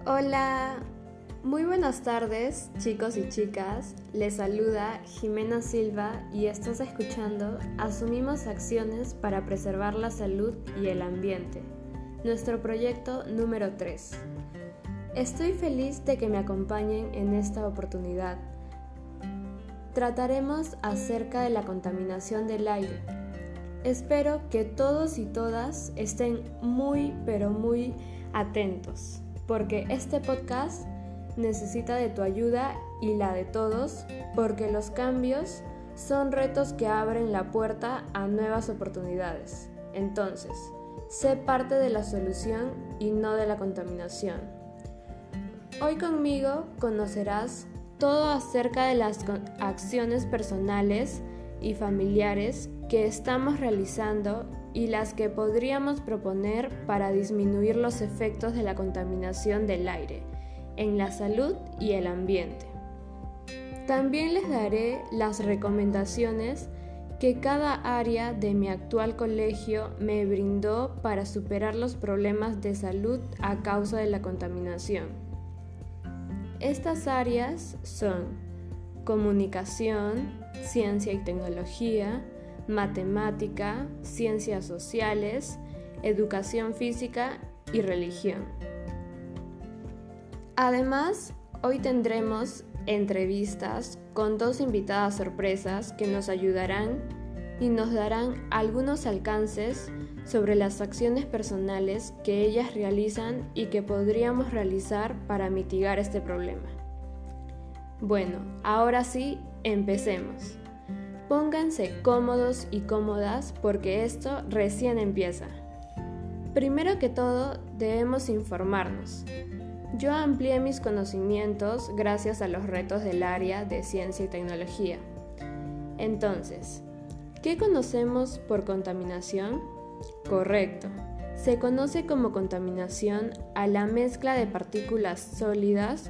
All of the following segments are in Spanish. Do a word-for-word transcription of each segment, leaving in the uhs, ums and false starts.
Hola, muy buenas tardes chicos y chicas, les saluda Jimena Silva y estás escuchando Asumimos Acciones para Preservar la Salud y el Ambiente, nuestro proyecto número tres. Estoy feliz de que me acompañen en esta oportunidad. Trataremos acerca de la contaminación del aire. Espero que todos y todas estén muy pero muy atentos, porque este podcast necesita de tu ayuda y la de todos, porque los cambios son retos que abren la puerta a nuevas oportunidades. Entonces, sé parte de la solución y no de la contaminación. Hoy conmigo conocerás todo acerca de las acciones personales y familiares que estamos realizando y las que podríamos proponer para disminuir los efectos de la contaminación del aire en la salud y el ambiente. También les daré las recomendaciones que cada área de mi actual colegio me brindó para superar los problemas de salud a causa de la contaminación. Estas áreas son comunicación, ciencia y tecnología, matemática, ciencias sociales, educación física y religión. Además, hoy tendremos entrevistas con dos invitadas sorpresas que nos ayudarán y nos darán algunos alcances sobre las acciones personales que ellas realizan y que podríamos realizar para mitigar este problema. Bueno, ahora sí, empecemos. Pónganse cómodos y cómodas porque esto recién empieza. Primero que todo, debemos informarnos. Yo amplié mis conocimientos gracias a los retos del área de ciencia y tecnología. Entonces, ¿qué conocemos por contaminación? Correcto. Se conoce como contaminación a la mezcla de partículas sólidas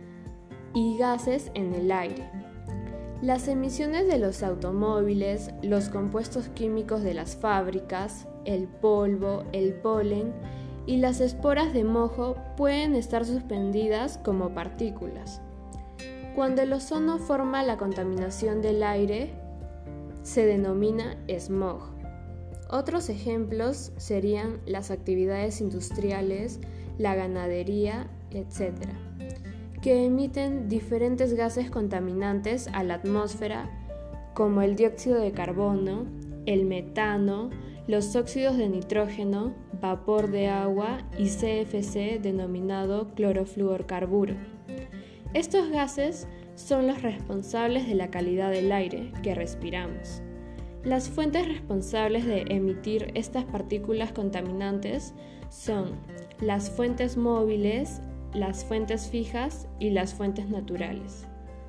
y gases en el aire. Las emisiones de los automóviles, los compuestos químicos de las fábricas, el polvo, el polen y las esporas de moho pueden estar suspendidas como partículas. Cuando el ozono forma la contaminación del aire, se denomina smog. Otros ejemplos serían las actividades industriales, la ganadería, etcétera, que emiten diferentes gases contaminantes a la atmósfera, como el dióxido de carbono, el metano, los óxidos de nitrógeno, vapor de agua y C F C denominado clorofluorocarburo. Estos gases son los responsables de la calidad del aire que respiramos. Las fuentes responsables de emitir estas partículas contaminantes son las fuentes móviles, las fuentes fijas y las fuentes naturales.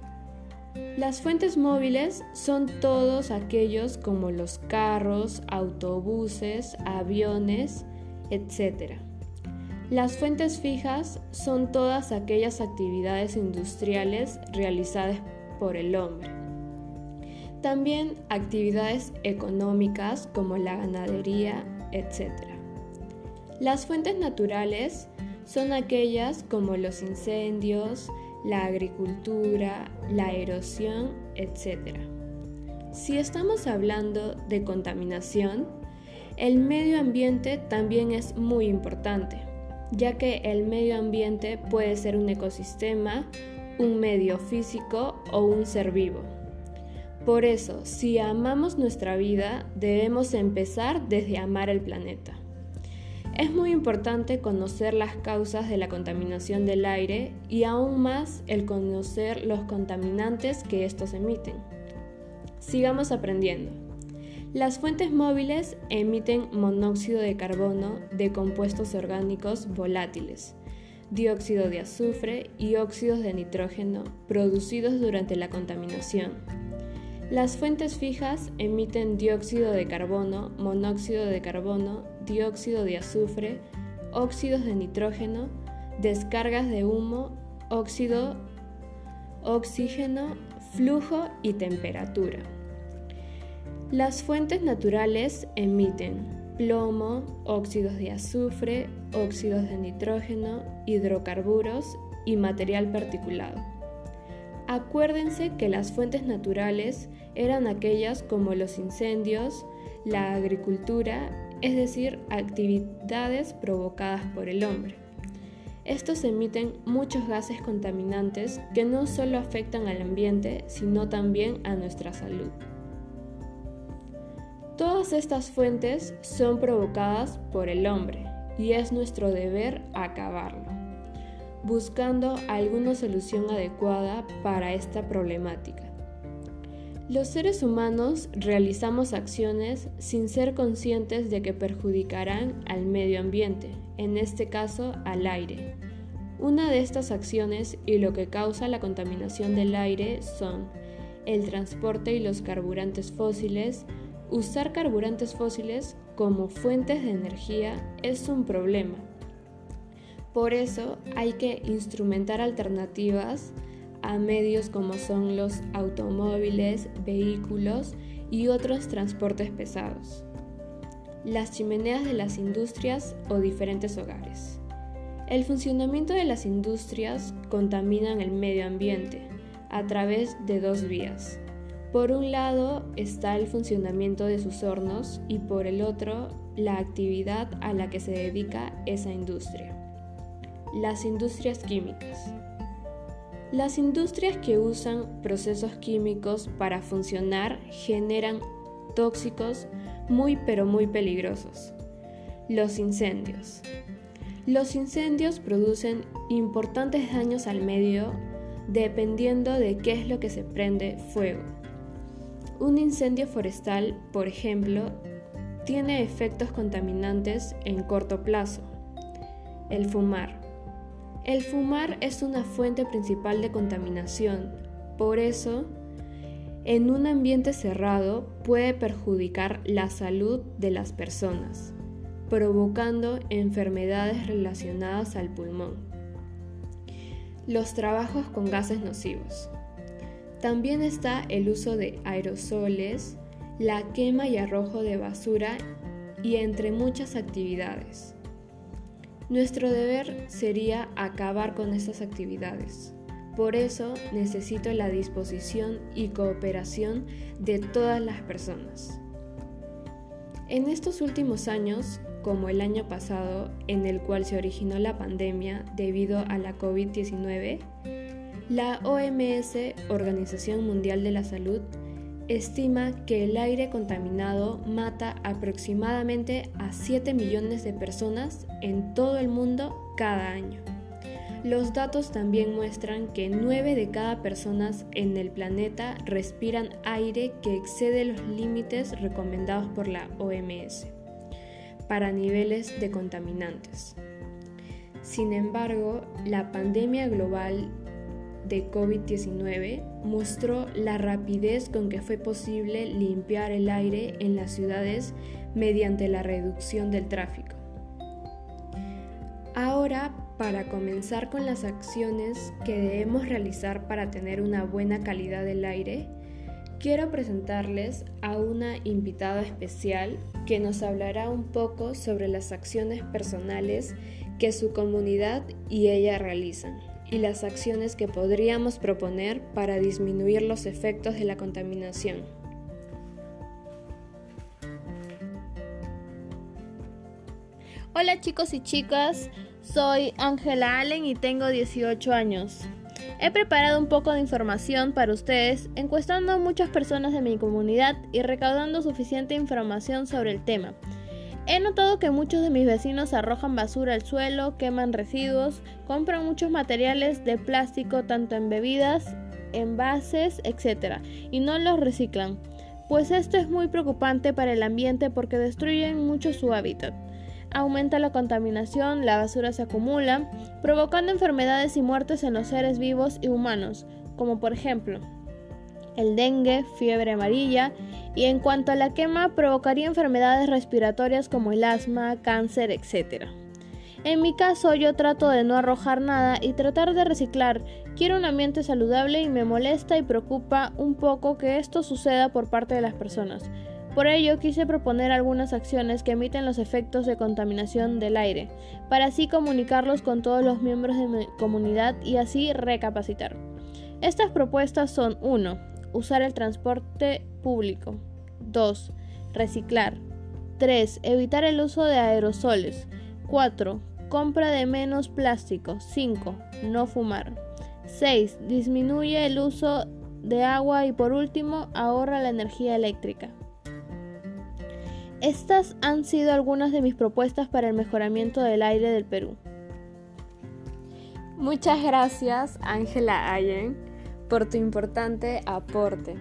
Las fuentes móviles son todos aquellos como los carros, autobuses, aviones, etcétera. Las fuentes fijas son todas aquellas actividades industriales realizadas por el hombre. También actividades económicas como la ganadería, etcétera. Las fuentes naturales son aquellas como los incendios, la agricultura, la erosión, etcétera. Si estamos hablando de contaminación, el medio ambiente también es muy importante, ya que el medio ambiente puede ser un ecosistema, un medio físico o un ser vivo. Por eso, si amamos nuestra vida, debemos empezar desde amar el planeta. Es muy importante conocer las causas de la contaminación del aire y aún más el conocer los contaminantes que estos emiten. Sigamos aprendiendo. Las fuentes móviles emiten monóxido de carbono de compuestos orgánicos volátiles, dióxido de azufre y óxidos de nitrógeno producidos durante la contaminación. Las fuentes fijas emiten dióxido de carbono, monóxido de carbono, dióxido de azufre, óxidos de nitrógeno, descargas de humo, óxido, oxígeno, flujo y temperatura. Las fuentes naturales emiten plomo, óxidos de azufre, óxidos de nitrógeno, hidrocarburos y material particulado. Acuérdense que las fuentes naturales eran aquellas como los incendios, la agricultura, es decir, actividades provocadas por el hombre. Estos emiten muchos gases contaminantes que no solo afectan al ambiente, sino también a nuestra salud. Todas estas fuentes son provocadas por el hombre y es nuestro deber acabarlo, buscando alguna solución adecuada para esta problemática. Los seres humanos realizamos acciones sin ser conscientes de que perjudicarán al medio ambiente, en este caso al aire. Una de estas acciones y lo que causa la contaminación del aire son el transporte y los carburantes fósiles. Usar carburantes fósiles como fuentes de energía es un problema. Por eso hay que instrumentar alternativas a medios como son los automóviles, vehículos y otros transportes pesados, las chimeneas de las industrias o diferentes hogares. El funcionamiento de las industrias contaminan el medio ambiente a través de dos vías. Por un lado está el funcionamiento de sus hornos y por el otro la actividad a la que se dedica esa industria. Las industrias químicas. Las industrias que usan procesos químicos para funcionar generan tóxicos muy pero muy peligrosos. Los incendios. Los incendios producen importantes daños al medio dependiendo de qué es lo que se prende fuego. Un incendio forestal, por ejemplo, tiene efectos contaminantes en corto plazo. El fumar. El fumar es una fuente principal de contaminación, por eso, en un ambiente cerrado puede perjudicar la salud de las personas, provocando enfermedades relacionadas al pulmón. Los trabajos con gases nocivos. También está el uso de aerosoles, la quema y arrojo de basura y entre muchas actividades. Nuestro deber sería acabar con estas actividades. Por eso necesito la disposición y cooperación de todas las personas. En estos últimos años, como el año pasado, en el cual se originó la pandemia debido a la covid diecinueve, la O M S, Organización Mundial de la Salud, estima que el aire contaminado mata aproximadamente a siete millones de personas en todo el mundo cada año. Los datos también muestran que nueve de cada personas en el planeta respiran aire que excede los límites recomendados por la O M S para niveles de contaminantes. Sin embargo, la pandemia global de covid diecinueve mostró la rapidez con que fue posible limpiar el aire en las ciudades mediante la reducción del tráfico. Ahora, para comenzar con las acciones que debemos realizar para tener una buena calidad del aire, quiero presentarles a una invitada especial que nos hablará un poco sobre las acciones personales que su comunidad y ella realizan y las acciones que podríamos proponer para disminuir los efectos de la contaminación. Hola chicos y chicas, soy Ángela Allen y tengo dieciocho años. He preparado un poco de información para ustedes, encuestando a muchas personas de mi comunidad y recaudando suficiente información sobre el tema. He notado que muchos de mis vecinos arrojan basura al suelo, queman residuos, compran muchos materiales de plástico tanto en bebidas, envases, etcétera, y no los reciclan. Pues esto es muy preocupante para el ambiente porque destruyen mucho su hábitat. Aumenta la contaminación, la basura se acumula, provocando enfermedades y muertes en los seres vivos y humanos, como por ejemplo el dengue, fiebre amarilla, y en cuanto a la quema, provocaría enfermedades respiratorias como el asma, cáncer, etcétera. En mi caso, yo trato de no arrojar nada y tratar de reciclar. Quiero un ambiente saludable y me molesta y preocupa un poco que esto suceda por parte de las personas, Por ello quise proponer algunas acciones que emiten los efectos de contaminación del aire, para así comunicarlos con todos los miembros de mi comunidad y así recapacitar. Estas propuestas son: uno. Usar el transporte público. dos. Reciclar. tres. Evitar el uso de aerosoles. cuatro. Compra de menos plástico. cinco. No fumar. seis. Disminuye el uso de agua y por último, ahorra la energía eléctrica. Estas han sido algunas de mis propuestas para el mejoramiento del aire del Perú. Muchas gracias, Ángela Allen, por tu importante aporte.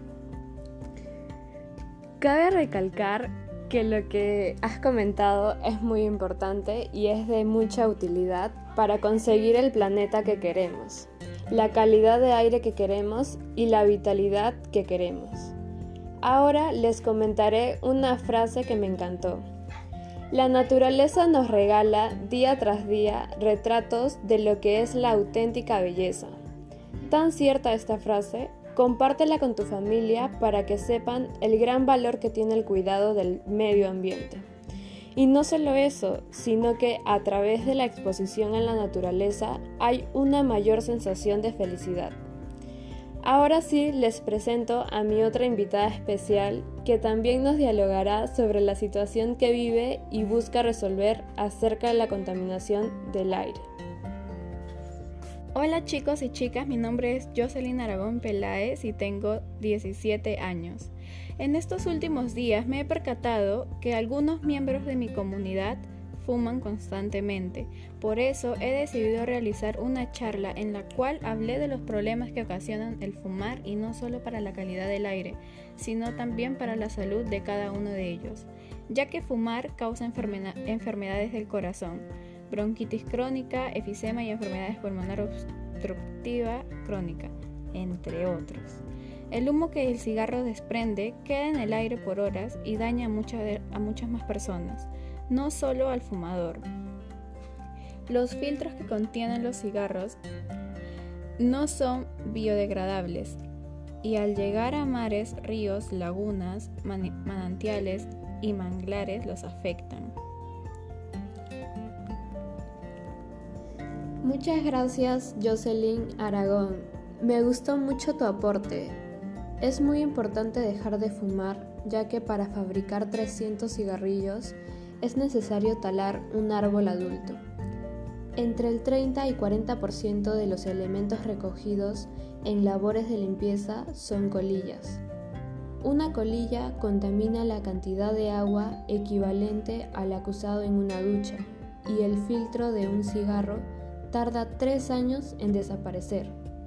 Cabe recalcar que lo que has comentado es muy importante y es de mucha utilidad para conseguir el planeta que queremos, la calidad de aire que queremos y la vitalidad que queremos. Ahora les comentaré una frase que me encantó. La naturaleza nos regala día tras día retratos de lo que es la auténtica belleza. Tan cierta esta frase, compártela con tu familia para que sepan el gran valor que tiene el cuidado del medio ambiente. Y no solo eso, sino que a través de la exposición a la naturaleza hay una mayor sensación de felicidad. Ahora sí les presento a mi otra invitada especial que también nos dialogará sobre la situación que vive y busca resolver acerca de la contaminación del aire. Hola chicos y chicas, mi nombre es Jocelyn Aragón Peláez y tengo diecisiete años. En estos últimos días me he percatado que algunos miembros de mi comunidad fuman constantemente. Por eso he decidido realizar una charla en la cual hablé de los problemas que ocasionan el fumar y no solo para la calidad del aire, sino también para la salud de cada uno de ellos, ya que fumar causa enfermedad- enfermedades del corazón, bronquitis crónica, efisema y enfermedades pulmonar obstructiva crónica, entre otros. El humo que el cigarro desprende queda en el aire por horas y daña a muchas, a muchas más personas, no solo al fumador. Los filtros que contienen los cigarros no son biodegradables y al llegar a mares, ríos, lagunas, man- manantiales y manglares los afectan. Muchas gracias, Jocelyn Aragón. Me gustó mucho tu aporte. Es muy importante dejar de fumar, ya que para fabricar trescientos cigarrillos es necesario talar un árbol adulto. Entre el treinta y cuarenta por ciento de los elementos recogidos en labores de limpieza son colillas. Una colilla contamina la cantidad de agua equivalente al acusado en una ducha, y el filtro de un cigarro tarda tres años en desaparecer.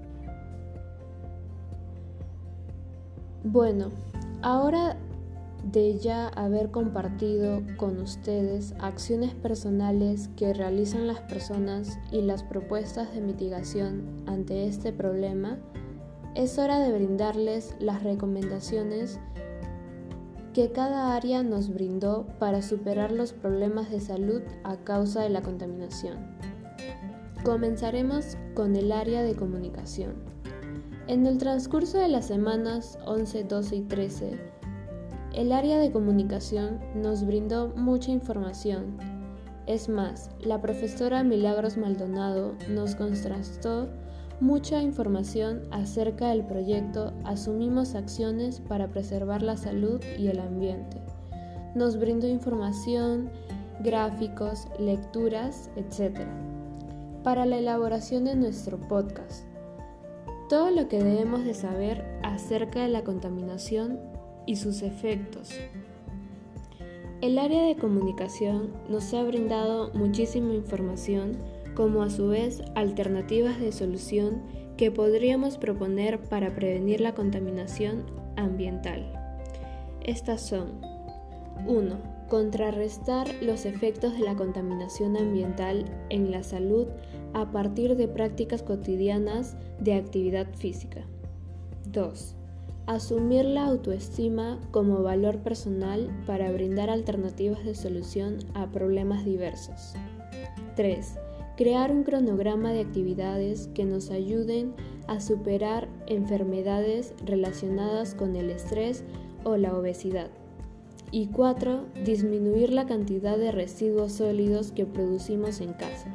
Bueno, ahora de ya haber compartido con ustedes acciones personales que realizan las personas y las propuestas de mitigación ante este problema, es hora de brindarles las recomendaciones que cada área nos brindó para superar los problemas de salud a causa de la contaminación. Comenzaremos con el área de comunicación. En el transcurso de las semanas once, doce y trece, el área de comunicación nos brindó mucha información. Es más, la profesora Milagros Maldonado nos contrastó mucha información acerca del proyecto Asumimos Acciones para Preservar la Salud y el Ambiente. Nos brindó información, gráficos, lecturas, etcétera, para la elaboración de nuestro podcast. Todo lo que debemos de saber acerca de la contaminación y sus efectos. El área de comunicación nos ha brindado muchísima información, como a su vez alternativas de solución que podríamos proponer para prevenir la contaminación ambiental. Estas son: uno. Contrarrestar los efectos de la contaminación ambiental en la salud a partir de prácticas cotidianas de actividad física. dos. Asumir la autoestima como valor personal para brindar alternativas de solución a problemas diversos. tres. Crear un cronograma de actividades que nos ayuden a superar enfermedades relacionadas con el estrés o la obesidad. Y cuatro. Disminuir la cantidad de residuos sólidos que producimos en casa.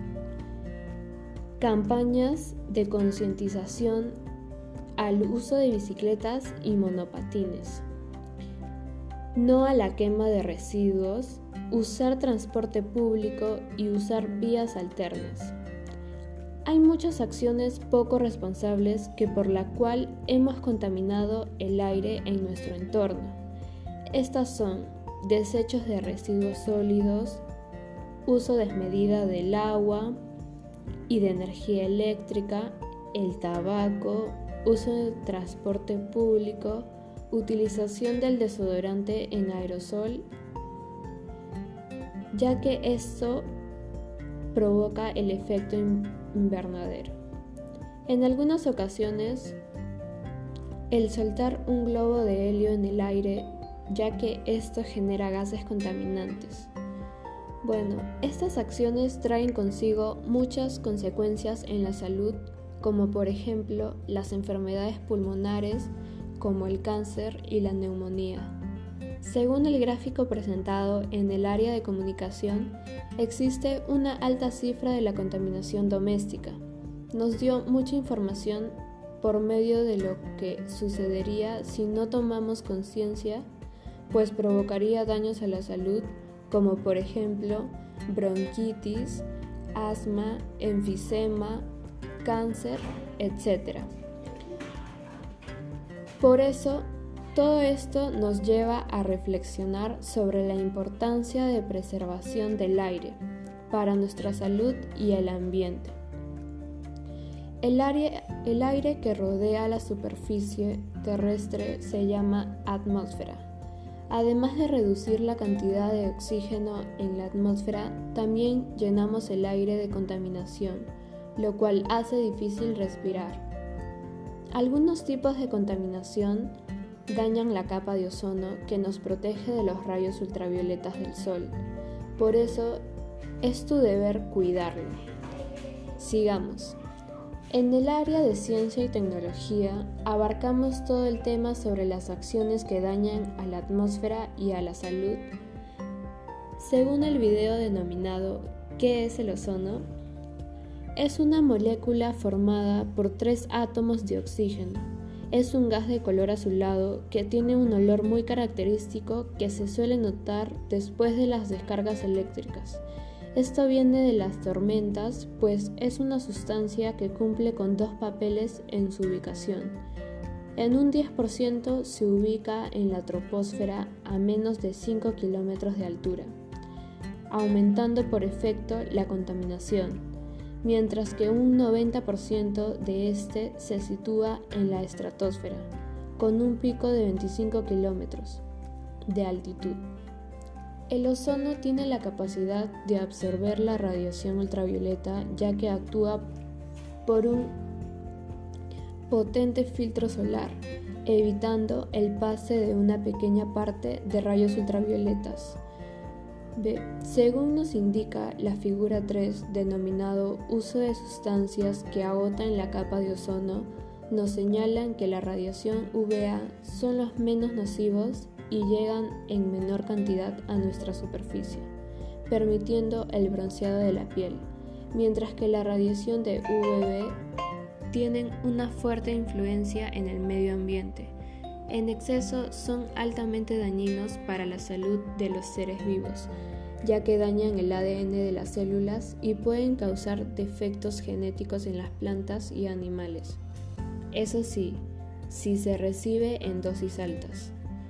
Campañas de concientización al uso de bicicletas y monopatines. No a la quema de residuos, usar transporte público y usar vías alternas. Hay muchas acciones poco responsables que por la cual hemos contaminado el aire en nuestro entorno. Estas son desechos de residuos sólidos, uso desmedida del agua y de energía eléctrica, el tabaco, uso de transporte público, utilización del desodorante en aerosol, ya que esto provoca el efecto invernadero. En algunas ocasiones, el soltar un globo de helio en el aire, ya que esto genera gases contaminantes. Bueno, estas acciones traen consigo muchas consecuencias en la salud, como por ejemplo las enfermedades pulmonares, como el cáncer y la neumonía. Según el gráfico presentado en el área de comunicación, existe una alta cifra de la contaminación doméstica. Nos dio mucha información por medio de lo que sucedería si no tomamos conciencia, pues provocaría daños a la salud, como por ejemplo bronquitis, asma, enfisema, cáncer, etcétera. Por eso, todo esto nos lleva a reflexionar sobre la importancia de preservación del aire para nuestra salud y el ambiente. El aire, el aire que rodea la superficie terrestre se llama atmósfera. Además de reducir la cantidad de oxígeno en la atmósfera, también llenamos el aire de contaminación, lo cual hace difícil respirar. Algunos tipos de contaminación dañan la capa de ozono que nos protege de los rayos ultravioletas del sol. Por eso es tu deber cuidarlo. Sigamos. En el área de ciencia y tecnología abarcamos todo el tema sobre las acciones que dañan a la atmósfera y a la salud. Según el video denominado ¿Qué es el ozono?, es una molécula formada por tres átomos de oxígeno. Es un gas de color azulado que tiene un olor muy característico que se suele notar después de las descargas eléctricas. Esto viene de las tormentas, pues es una sustancia que cumple con dos papeles en su ubicación. En un diez por ciento se ubica en la troposfera a menos de cinco kilómetros de altura, aumentando por efecto la contaminación, mientras que un noventa por ciento de este se sitúa en la estratosfera, con un pico de veinticinco kilómetros de altitud. El ozono tiene la capacidad de absorber la radiación ultravioleta, ya que actúa por un potente filtro solar, evitando el pase de una pequeña parte de rayos ultravioletas. B. Según nos indica la figura tres, denominado uso de sustancias que agotan la capa de ozono, nos señalan que la radiación U V A son los menos nocivos y llegan en menor cantidad a nuestra superficie, permitiendo el bronceado de la piel, mientras que la radiación de U V B tienen una fuerte influencia en el medio ambiente. En exceso son altamente dañinos para la salud de los seres vivos, ya que dañan el A D N de las células y pueden causar defectos genéticos en las plantas y animales. Eso sí, si se recibe en dosis altas.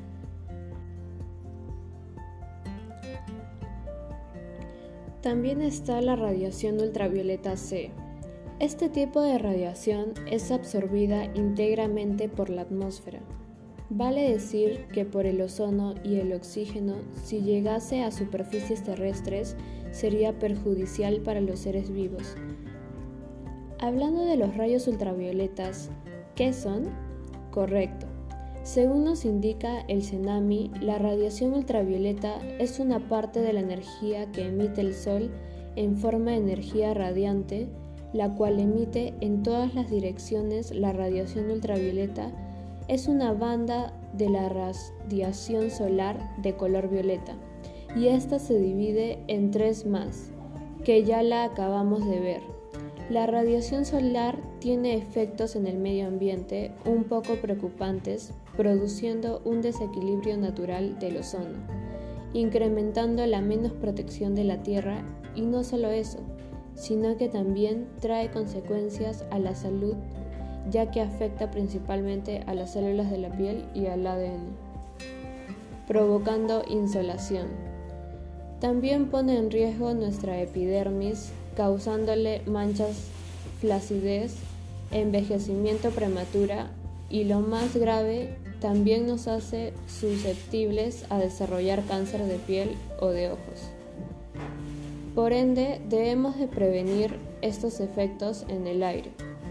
También está la radiación ultravioleta C. Este tipo de radiación es absorbida íntegramente por la atmósfera. Vale decir que por el ozono y el oxígeno, si llegase a superficies terrestres, sería perjudicial para los seres vivos. Hablando de los rayos ultravioletas, ¿qué son? Correcto. Según nos indica el CENAMI, la radiación ultravioleta es una parte de la energía que emite el Sol en forma de energía radiante, la cual emite en todas las direcciones. La radiación ultravioleta es una banda de la radiación solar de color violeta, y esta se divide en tres más, que ya la acabamos de ver. La radiación solar tiene efectos en el medio ambiente un poco preocupantes, produciendo un desequilibrio natural del ozono, incrementando la menos protección de la Tierra, y no solo eso, sino que también trae consecuencias a la salud, ya que afecta principalmente a las células de la piel y al A D N, provocando insolación. También pone en riesgo nuestra epidermis, causándole manchas, flacidez, envejecimiento prematura y, lo más grave, también nos hace susceptibles a desarrollar cáncer de piel o de ojos. Por ende, debemos de prevenir estos efectos en el aire.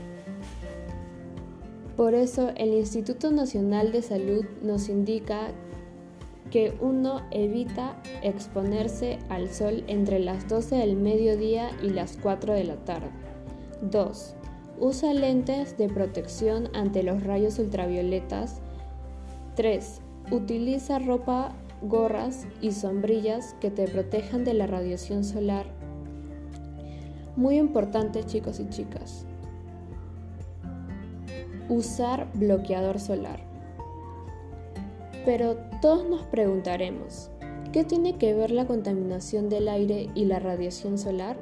Por eso, el Instituto Nacional de Salud nos indica que uno evita exponerse al sol entre las doce del mediodía y las cuatro de la tarde. dos. Usa lentes de protección ante los rayos ultravioletas. tres. Utiliza ropa, gorras y sombrillas que te protejan de la radiación solar. Muy importante, chicos y chicas. Usar bloqueador solar. Pero todos nos preguntaremos, ¿qué tiene que ver la contaminación del aire y la radiación solar?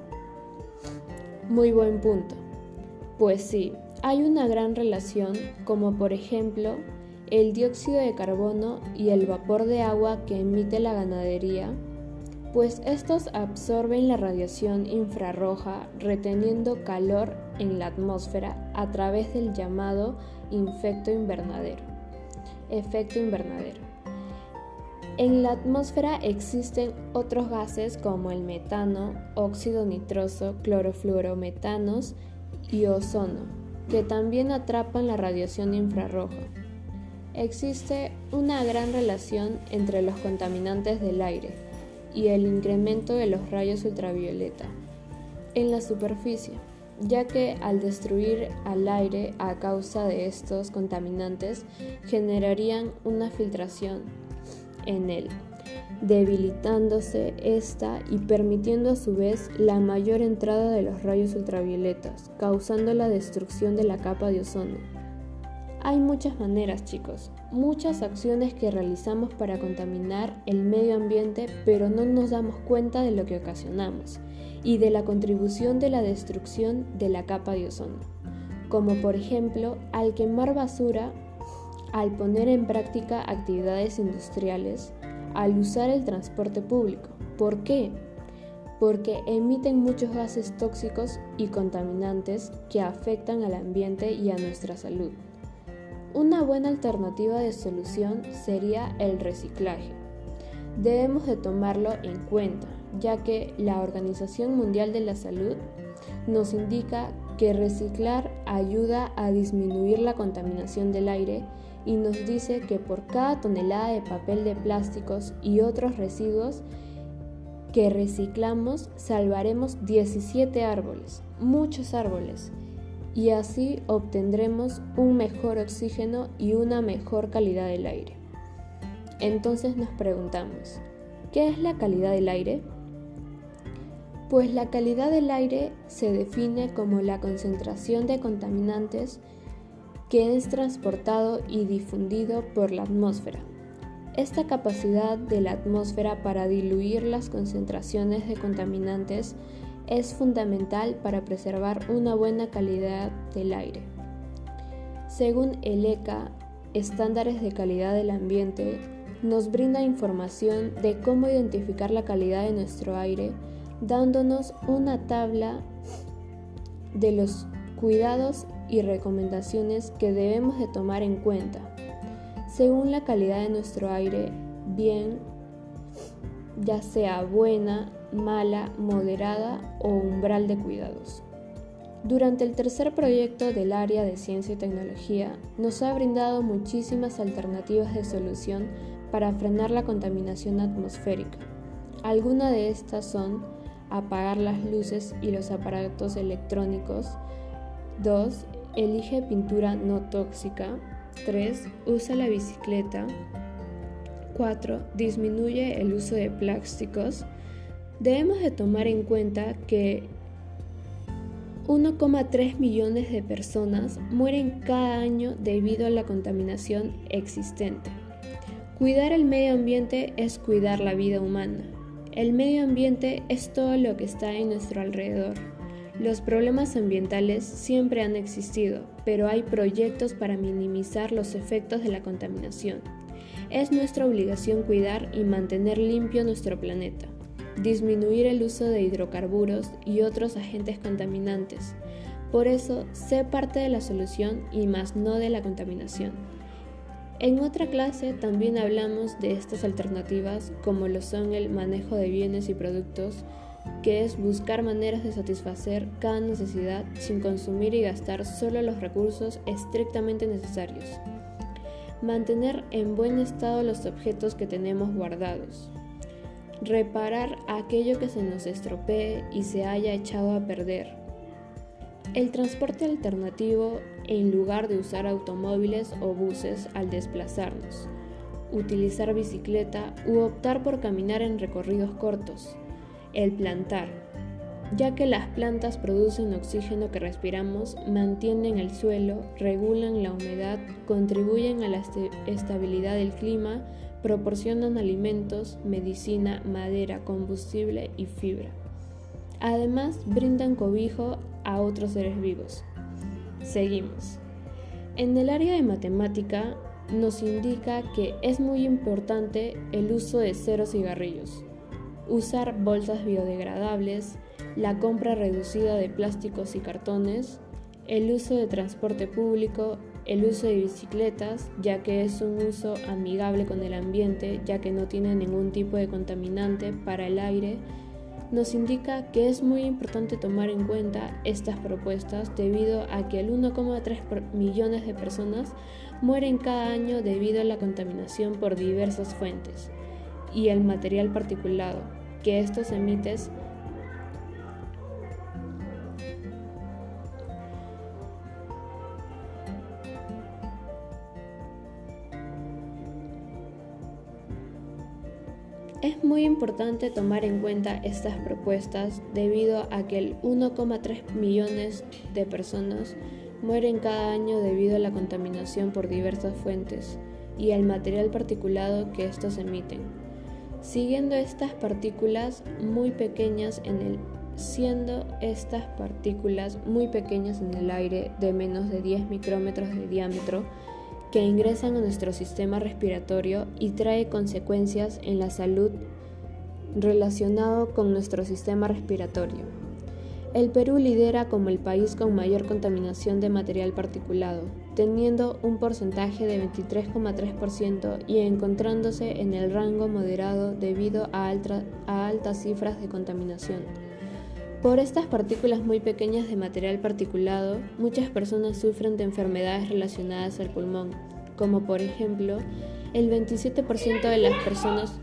Muy buen punto. Pues sí, hay una gran relación, como por ejemplo el dióxido de carbono y el vapor de agua que emite la ganadería, pues estos absorben la radiación infrarroja reteniendo calor en la atmósfera a través del llamado efecto invernadero. Efecto invernadero. En la atmósfera existen otros gases como el metano, óxido nitroso, clorofluorometanos y ozono, que también atrapan la radiación infrarroja. Existe una gran relación entre los contaminantes del aire y el incremento de los rayos ultravioleta en la superficie, ya que al destruir al aire a causa de estos contaminantes generarían una filtración en él, debilitándose esta y permitiendo a su vez la mayor entrada de los rayos ultravioletas, causando la destrucción de la capa de ozono. Hay muchas maneras, chicos, muchas acciones que realizamos para contaminar el medio ambiente, pero no nos damos cuenta de lo que ocasionamos y de la contribución de la destrucción de la capa de ozono, como por ejemplo al quemar basura, al poner en práctica actividades industriales, al usar el transporte público. ¿Por qué? Porque emiten muchos gases tóxicos y contaminantes que afectan al ambiente y a nuestra salud. Una buena alternativa de solución sería el reciclaje. Debemos de tomarlo en cuenta, ya que la Organización Mundial de la Salud nos indica que reciclar ayuda a disminuir la contaminación del aire y nos dice que por cada tonelada de papel de plásticos y otros residuos que reciclamos salvaremos diecisiete árboles, muchos árboles, y así obtendremos un mejor oxígeno y una mejor calidad del aire. Entonces nos preguntamos, ¿qué es la calidad del aire? Pues la calidad del aire se define como la concentración de contaminantes que es transportado y difundido por la atmósfera. Esta capacidad de la atmósfera para diluir las concentraciones de contaminantes es fundamental para preservar una buena calidad del aire. Según el E C A, Estándares de Calidad del Ambiente, nos brinda información de cómo identificar la calidad de nuestro aire, dándonos una tabla de los cuidados y recomendaciones que debemos de tomar en cuenta. Según la calidad de nuestro aire, bien, ya sea buena, mala, moderada o umbral de cuidados. Durante el tercer proyecto del área de ciencia y tecnología, nos ha brindado muchísimas alternativas de solución para frenar la contaminación atmosférica. Algunas de estas son apagar las luces y los aparatos electrónicos. dos. Elige pintura no tóxica. tres. Usa la bicicleta. cuatro. Disminuye el uso de plásticos. Debemos de tomar en cuenta que uno coma tres millones de personas mueren cada año debido a la contaminación existente. Cuidar el medio ambiente es cuidar la vida humana. El medio ambiente es todo lo que está en nuestro alrededor. Los problemas ambientales siempre han existido, pero hay proyectos para minimizar los efectos de la contaminación. Es nuestra obligación cuidar y mantener limpio nuestro planeta, disminuir el uso de hidrocarburos y otros agentes contaminantes. Por eso, sé parte de la solución y más no de la contaminación. En otra clase también hablamos de estas alternativas, como lo son el manejo de bienes y productos, que es buscar maneras de satisfacer cada necesidad sin consumir y gastar solo los recursos estrictamente necesarios. Mantener en buen estado los objetos que tenemos guardados. Reparar aquello que se nos estropee y se haya echado a perder. El transporte alternativo en lugar de usar automóviles o buses al desplazarnos. Utilizar bicicleta u optar por caminar en recorridos cortos. El plantar, ya que las plantas producen oxígeno que respiramos, mantienen el suelo, regulan la humedad, contribuyen a la est- estabilidad del clima, proporcionan alimentos, medicina, madera, combustible y fibra. Además, brindan cobijo a otros seres vivos. Seguimos. En el área de matemática nos indica que es muy importante el uso de cero cigarrillos, usar bolsas biodegradables, la compra reducida de plásticos y cartones, el uso de transporte público, el uso de bicicletas, ya que es un uso amigable con el ambiente, ya que no tiene ningún tipo de contaminante para el aire. Nos indica que es muy importante tomar en cuenta estas propuestas debido a que el uno coma tres millones de personas mueren cada año debido a la contaminación por diversas fuentes y el material particulado que estos emiten Es muy importante tomar en cuenta estas propuestas debido a que el uno coma tres millones de personas mueren cada año debido a la contaminación por diversas fuentes y el material particulado que estos emiten. Siguiendo estas partículas muy pequeñas en el siendo estas partículas muy pequeñas en el aire de menos de diez micrómetros de diámetro, que ingresan a nuestro sistema respiratorio y trae consecuencias en la salud relacionado con nuestro sistema respiratorio. El Perú lidera como el país con mayor contaminación de material particulado, teniendo un porcentaje de veintitrés coma tres por ciento y encontrándose en el rango moderado debido a, alta, a altas cifras de contaminación. Por estas partículas muy pequeñas de material particulado, muchas personas sufren de enfermedades relacionadas al pulmón, como por ejemplo, el veintisiete por ciento de las personas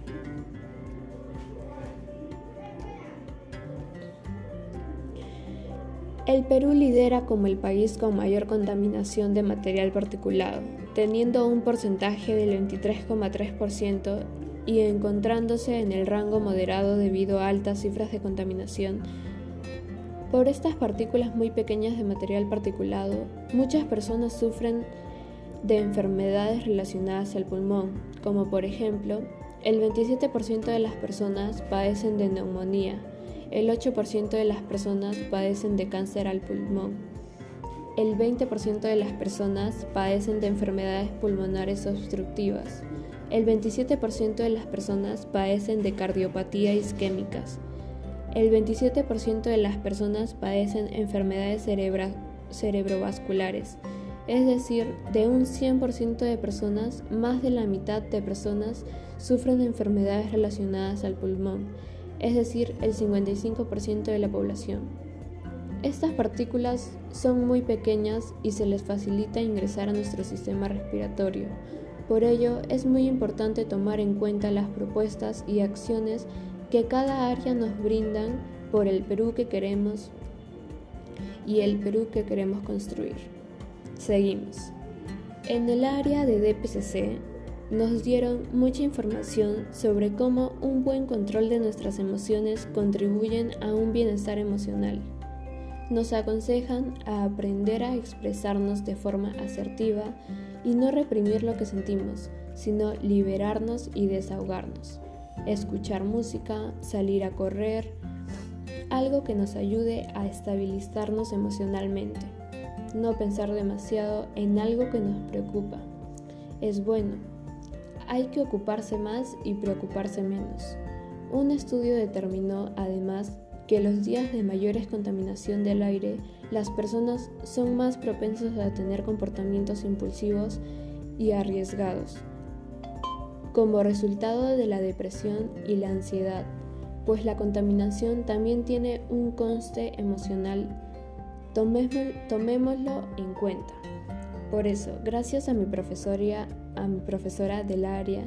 El Perú lidera como el país con mayor contaminación de material particulado, teniendo un porcentaje del veintitrés coma tres por ciento y encontrándose en el rango moderado debido a altas cifras de contaminación. Por estas partículas muy pequeñas de material particulado, muchas personas sufren de enfermedades relacionadas al pulmón, como por ejemplo, el veintisiete por ciento de las personas padecen de neumonía, el ocho por ciento de las personas padecen de cáncer al pulmón, el veinte por ciento de las personas padecen de enfermedades pulmonares obstructivas, el veintisiete por ciento de las personas padecen de cardiopatía isquémicas, el veintisiete por ciento de las personas padecen enfermedades cerebra- cerebrovasculares, es decir, de un cien por ciento de personas, más de la mitad de personas sufren de enfermedades relacionadas al pulmón, es decir, el cincuenta y cinco por ciento de la población. Estas partículas son muy pequeñas y se les facilita ingresar a nuestro sistema respiratorio. Por ello, es muy importante tomar en cuenta las propuestas y acciones que cada área nos brindan por el Perú que queremos y el Perú que queremos construir. Seguimos. En el área de D P C C nos dieron mucha información sobre cómo un buen control de nuestras emociones contribuyen a un bienestar emocional. Nos aconsejan a aprender a expresarnos de forma asertiva y no reprimir lo que sentimos, sino liberarnos y desahogarnos. Escuchar música, salir a correr, algo que nos ayude a estabilizarnos emocionalmente. No pensar demasiado en algo que nos preocupa. Es bueno. Hay que ocuparse más y preocuparse menos. Un estudio determinó, además, que los días de mayores contaminación del aire, las personas son más propensas a tener comportamientos impulsivos y arriesgados, como resultado de la depresión y la ansiedad, pues la contaminación también tiene un coste emocional. Tomémoslo en cuenta. Por eso, gracias a mi profesora, a mi profesora del área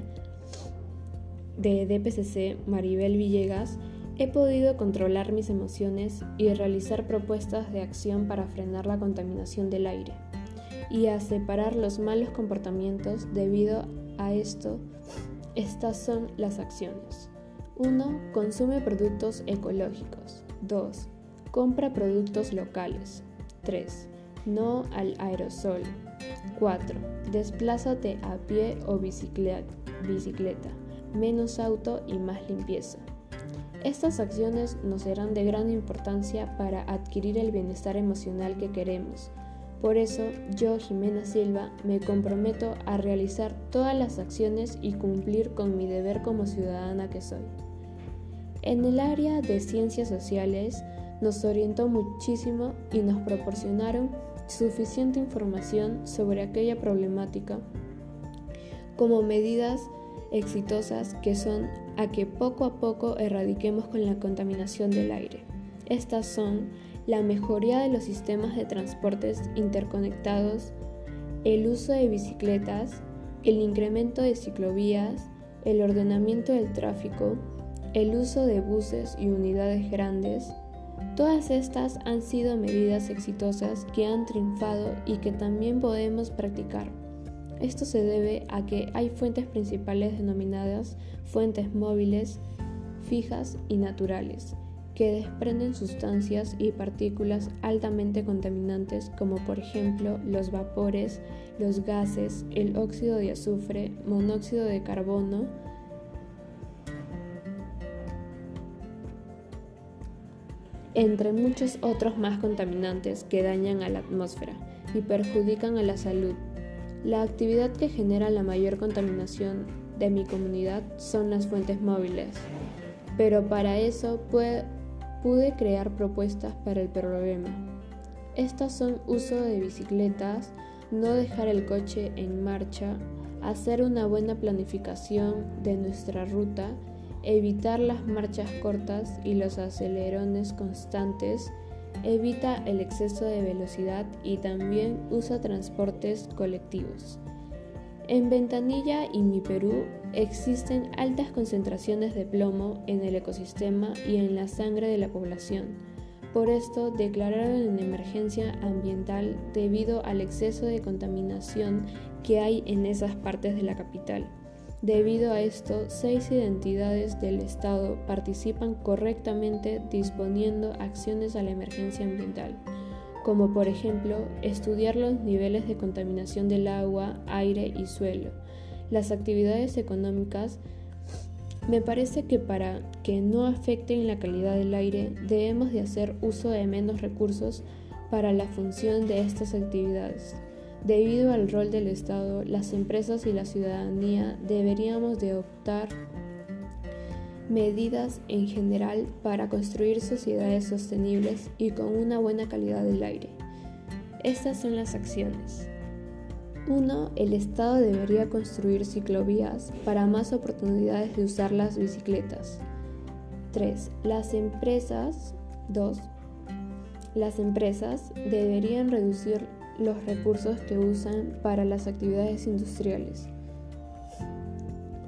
de D P C C, Maribel Villegas, he podido controlar mis emociones y realizar propuestas de acción para frenar la contaminación del aire y a separar los malos comportamientos. Debido a esto, estas son las acciones. uno. Consume productos ecológicos. dos. Compra productos locales. tres. No al aerosol. cuatro. Desplázate a pie o bicicleta. bicicleta. Menos auto y más limpieza. Estas acciones nos serán de gran importancia para adquirir el bienestar emocional que queremos. Por eso, yo, Jimena Silva, me comprometo a realizar todas las acciones y cumplir con mi deber como ciudadana que soy. En el área de ciencias sociales, nos orientó muchísimo y nos proporcionaron suficiente información sobre aquella problemática como medidas exitosas que son a que poco a poco erradiquemos con la contaminación del aire. Estas son la mejoría de los sistemas de transportes interconectados, el uso de bicicletas, el incremento de ciclovías, el ordenamiento del tráfico, el uso de buses y unidades grandes. Todas estas han sido medidas exitosas que han triunfado y que también podemos practicar. Esto se debe a que hay fuentes principales denominadas fuentes móviles, fijas y naturales, que desprenden sustancias y partículas altamente contaminantes como por ejemplo los vapores, los gases, el óxido de azufre, monóxido de carbono, entre muchos otros más contaminantes que dañan a la atmósfera y perjudican a la salud. La actividad que genera la mayor contaminación de mi comunidad son las fuentes móviles, pero para eso pude, pude crear propuestas para el problema. Estas son uso de bicicletas, no dejar el coche en marcha, hacer una buena planificación de nuestra ruta, evitar las marchas cortas y los acelerones constantes, evita el exceso de velocidad y también usa transportes colectivos. En Ventanilla y Mi Perú existen altas concentraciones de plomo en el ecosistema y en la sangre de la población. Por esto declararon en emergencia ambiental debido al exceso de contaminación que hay en esas partes de la capital. Debido a esto, seis entidades del Estado participan correctamente disponiendo acciones a la emergencia ambiental, como por ejemplo, estudiar los niveles de contaminación del agua, aire y suelo. Las actividades económicas, me parece que para que no afecten la calidad del aire, debemos de hacer uso de menos recursos para la función de estas actividades. Debido al rol del Estado, las empresas y la ciudadanía deberíamos de optar medidas en general para construir sociedades sostenibles y con una buena calidad del aire. Estas son las acciones. uno. El Estado debería construir ciclovías para más oportunidades de usar las bicicletas. tres. Las empresas dos. Las empresas deberían reducir los recursos que usan para las actividades industriales.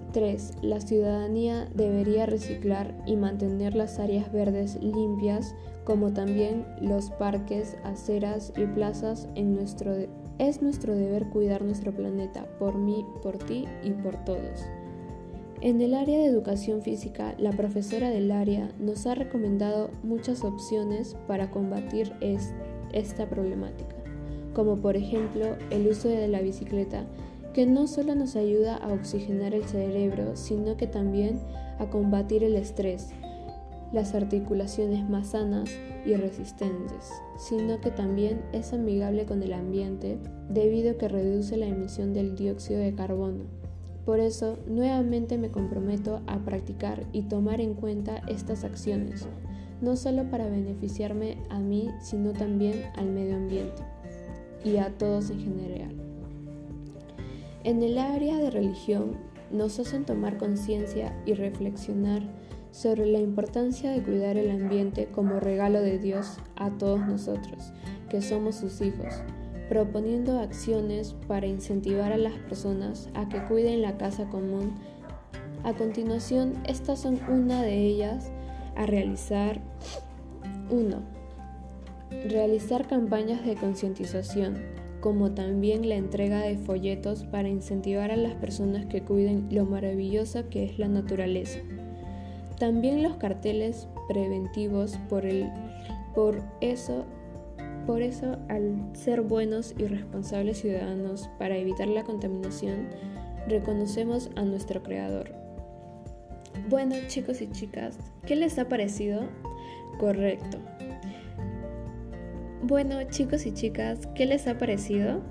tres. La ciudadanía debería reciclar y mantener las áreas verdes limpias, como también los parques, aceras y plazas. En nuestro de- es nuestro deber cuidar nuestro planeta, por mí, por ti y por todos. En el área de educación física, la profesora del área nos ha recomendado muchas opciones para combatir es- esta problemática, como por ejemplo el uso de la bicicleta, que no solo nos ayuda a oxigenar el cerebro, sino que también a combatir el estrés, las articulaciones más sanas y resistentes, sino que también es amigable con el ambiente debido a que reduce la emisión del dióxido de carbono. Por eso, nuevamente me comprometo a practicar y tomar en cuenta estas acciones, no solo para beneficiarme a mí, sino también al medio ambiente y a todos en general. En el área de religión, nos hacen tomar conciencia y reflexionar sobre la importancia de cuidar el ambiente como regalo de Dios a todos nosotros, que somos sus hijos, proponiendo acciones para incentivar a las personas a que cuiden la casa común. A continuación, estas son una de ellas a realizar. uno. Realizar campañas de concientización, como también la entrega de folletos para incentivar a las personas que cuiden lo maravillosa que es la naturaleza. También los carteles preventivos por, el, por eso Por eso, al ser buenos y responsables ciudadanos para evitar la contaminación, reconocemos a nuestro Creador. Bueno, chicos y chicas, ¿qué les ha parecido? Correcto. Bueno, chicos y chicas, ¿qué les ha parecido?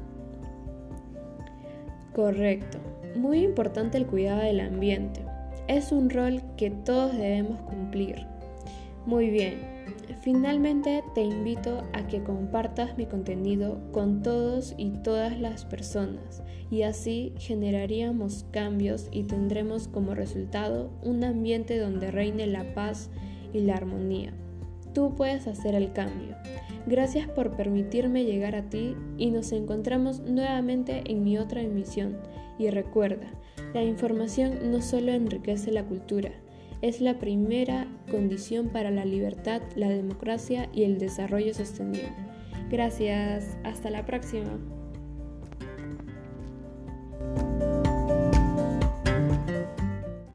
Correcto. Muy importante el cuidado del ambiente. Es un rol que todos debemos cumplir. Muy bien. Finalmente te invito a que compartas mi contenido con todos y todas las personas, y así generaríamos cambios y tendremos como resultado un ambiente donde reine la paz y la armonía. Tú puedes hacer el cambio. Gracias por permitirme llegar a ti y nos encontramos nuevamente en mi otra emisión. Y recuerda, la información no solo enriquece la cultura, es la primera condición para la libertad, la democracia y el desarrollo sostenible. Gracias, hasta la próxima.